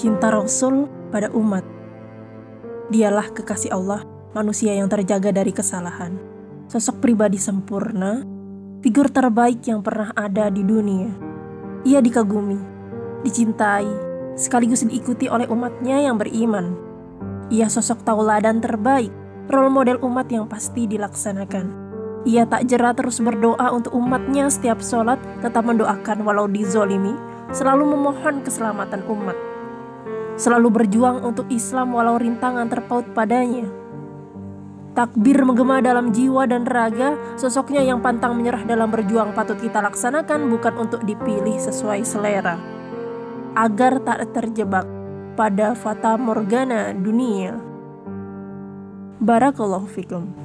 Cinta Rasul pada umat. Dialah kekasih Allah, manusia yang terjaga dari kesalahan. Sosok pribadi sempurna, figur terbaik yang pernah ada di dunia. Ia dikagumi, dicintai, sekaligus diikuti oleh umatnya yang beriman. Ia sosok tauladan terbaik, role model umat yang pasti dilaksanakan. Ia tak jera terus berdoa untuk umatnya setiap sholat, tetap mendoakan walau dizolimi, selalu memohon keselamatan umat. Selalu berjuang untuk Islam walau rintangan terpaut padanya. Takbir menggema dalam jiwa dan raga, sosoknya yang pantang menyerah dalam berjuang patut kita laksanakan bukan untuk dipilih sesuai selera, agar tak terjebak pada fata morgana dunia. Barakallahu fikum.